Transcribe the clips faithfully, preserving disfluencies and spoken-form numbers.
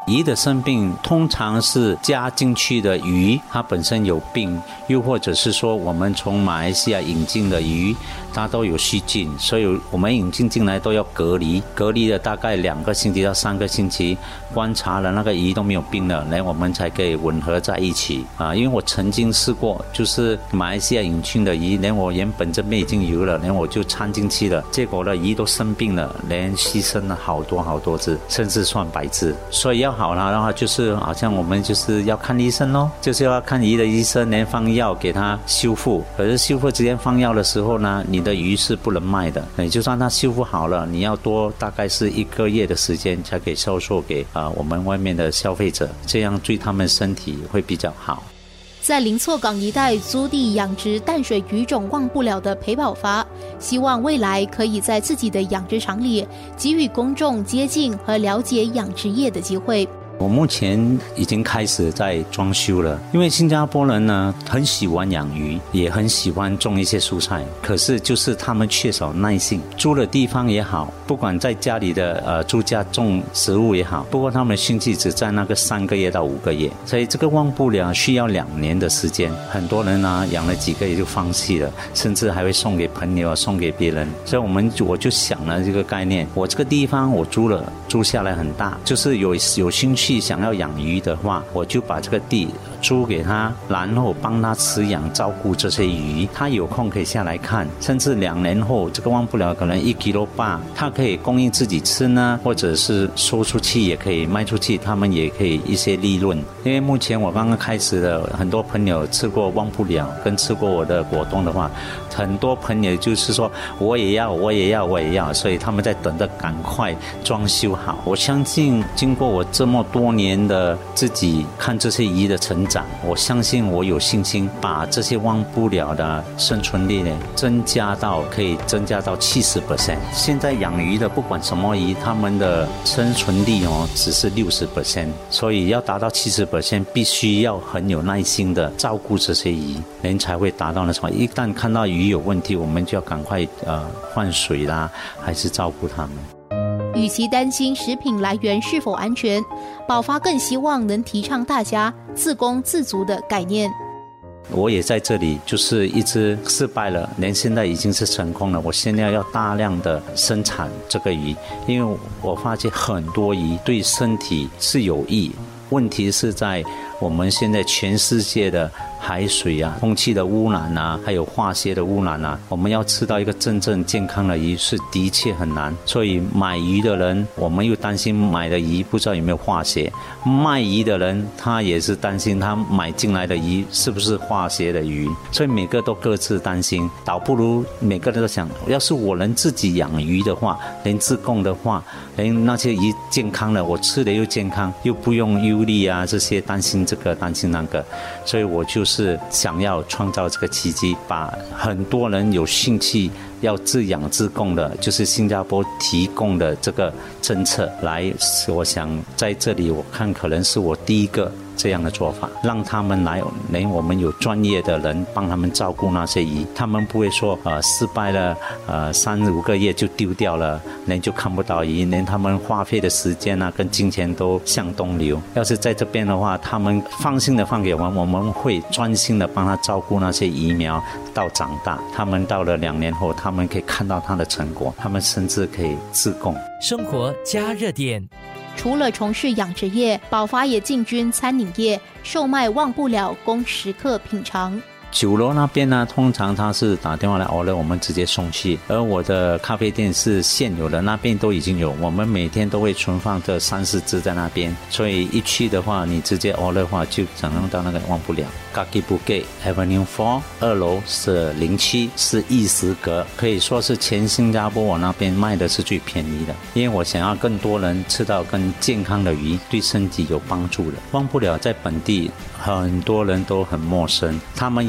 鱼的生病通常是加进去的鱼它本身有病，又或者是说我们从马来西亚引进的鱼它都有细菌，所以我们引进进来都要隔离，隔离了大概两个星期到三个星期，观察了那个鱼都没有病了，然后我们才可以混合在一起啊。因为我曾经试过，就是马来西亚引进的鱼，连我原本这边已经有了，然后我就掺进去了，结果呢鱼都生病了，连牺牲了好多好多只，甚至上百只。所以要好了的话，就是好像我们就是要看医生咯，就是要看鱼的医生，连放药给他修复。可是修复之前放药的时候呢，你的鱼是不能卖的，你就算它修复好了，你要多大概是一个月的时间才可以销售给啊、呃、我们外面的消费者，这样对他们身体会比较好。 在林厝港一带租地养殖淡水鱼种忘不了的裴宝发，希望未来可以在自己的养殖场里给予公众接近和了解养殖业的机会。 我目前已经开始在装修了，因为新加坡人呢很喜欢养鱼，也很喜欢种一些蔬菜，可是就是他们缺少耐性。租的地方也好，不管在家里的呃住家种食物也好，不过他们的兴趣只在那个三个月到五个月，所以这个忘不了需要两年的时间。很多人呢养了几个月就放弃了，甚至还会送给朋友送给别人。所以我们我就想了这个概念，我这个地方我租了，租下来很大，就是有有兴趣想要养鱼的话，我就把这个地租给他，然后帮他饲养照顾这些鱼，他有空可以下来看，甚至两年后这个忘不了可能一 kilo 八，他可以供应自己吃呢，或者是收出去也可以卖出去，他们也可以一些利润。因为目前我刚刚开始的很多朋友吃过忘不了跟吃过我的果冻的话，很多朋友就是说我也要我也要我也要，所以他们在等着赶快装修好。我相信经过我这么多年的自己看这些鱼的成长，我相信我有信心把这些忘不了的生存率呢增加到可以增加到 百分之七十。 现在养鱼的不管什么鱼，他们的生存率哦只是 百分之六十， 所以要达到 百分之七十 必须要很有耐心的照顾这些鱼，人才会达到那种一旦看到鱼有问题，我们就要赶快呃换水啦，还是照顾它们。 与其担心食品来源是否安全，宝发更希望能提倡大家自供自足的概念。 我也在这里就是一直失败了，连现在已经是成功了。我现在要大量的生产这个鱼，因为我发现很多鱼对身体是有益，问题是在我们现在全世界的海水啊、空气的污染啊，还有化学的污染啊，我们要吃到一个真正健康的鱼是的确很难。所以买鱼的人，我们又担心买的鱼不知道有没有化学，卖鱼的人他也是担心他买进来的鱼是不是化学的鱼，所以每个都各自担心。倒不如每个人都想，要是我能自己养鱼的话，能自供的话，连那些鱼健康了，我吃的又健康，又不用忧虑啊这些担心这个担心那个，所以我就是想要创造这个奇迹，把很多人有兴趣要自养自供的，就是新加坡提供的这个政策来，我想在这里我看可能是我第一个这样的做法，让他们来，连我们有专业的人帮他们照顾那些鱼，他们不会说呃失败了呃三五个月就丢掉了，连就看不到鱼，连他们花费的时间啊跟金钱都向东流。要是在这边的话，他们放心的放给我们，我们会专心的帮他照顾那些鱼苗到长大，他们到了两年后，他们可以看到他的成果，他们甚至可以自供。 生活加热点。 除了从事养殖业，宝发也进军餐饮业，售卖忘不了供食客品尝。 酒楼那边呢，通常他是打电话来 order， 我们直接送去。而我的咖啡店是现有的，那边都已经有，我们每天都会存放这三四支在那边，所以一去的话，你直接 order 的话，就只能到那个忘不了。Kaki Bukit Avenue 四， 二楼是零七，是意食阁，可以说是全新加坡我那边卖的是最便宜的，因为我想要更多人吃到更健康的鱼，对身体有帮助的。忘不了在本地很多人都很陌生，他们也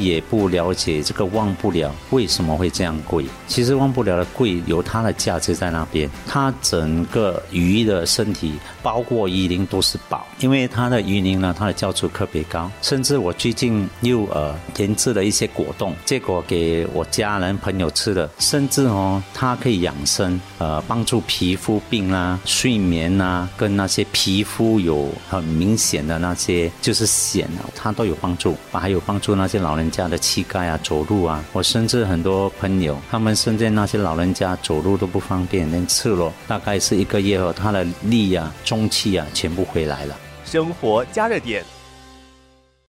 也不了解这个忘不了为什么会这样贵。其实忘不了的贵有它的价值在那边，它整个鱼的身体包括鱼鳞都是宝，因为它的鱼鳞呢，它的教主特别高。甚至我最近又呃研制了一些果冻，结果给我家人朋友吃的，甚至哦它可以养生，呃帮助皮肤病啦、睡眠啦，跟那些皮肤有很明显的那些就是癣啊，它都有帮助，还有帮助那些老人家的膝盖啊、走路啊。我甚至很多朋友，他们身边那些老人家走路都不方便，连吃了大概是一个月后，他的力啊、中气啊全部回来了。 生活加热点。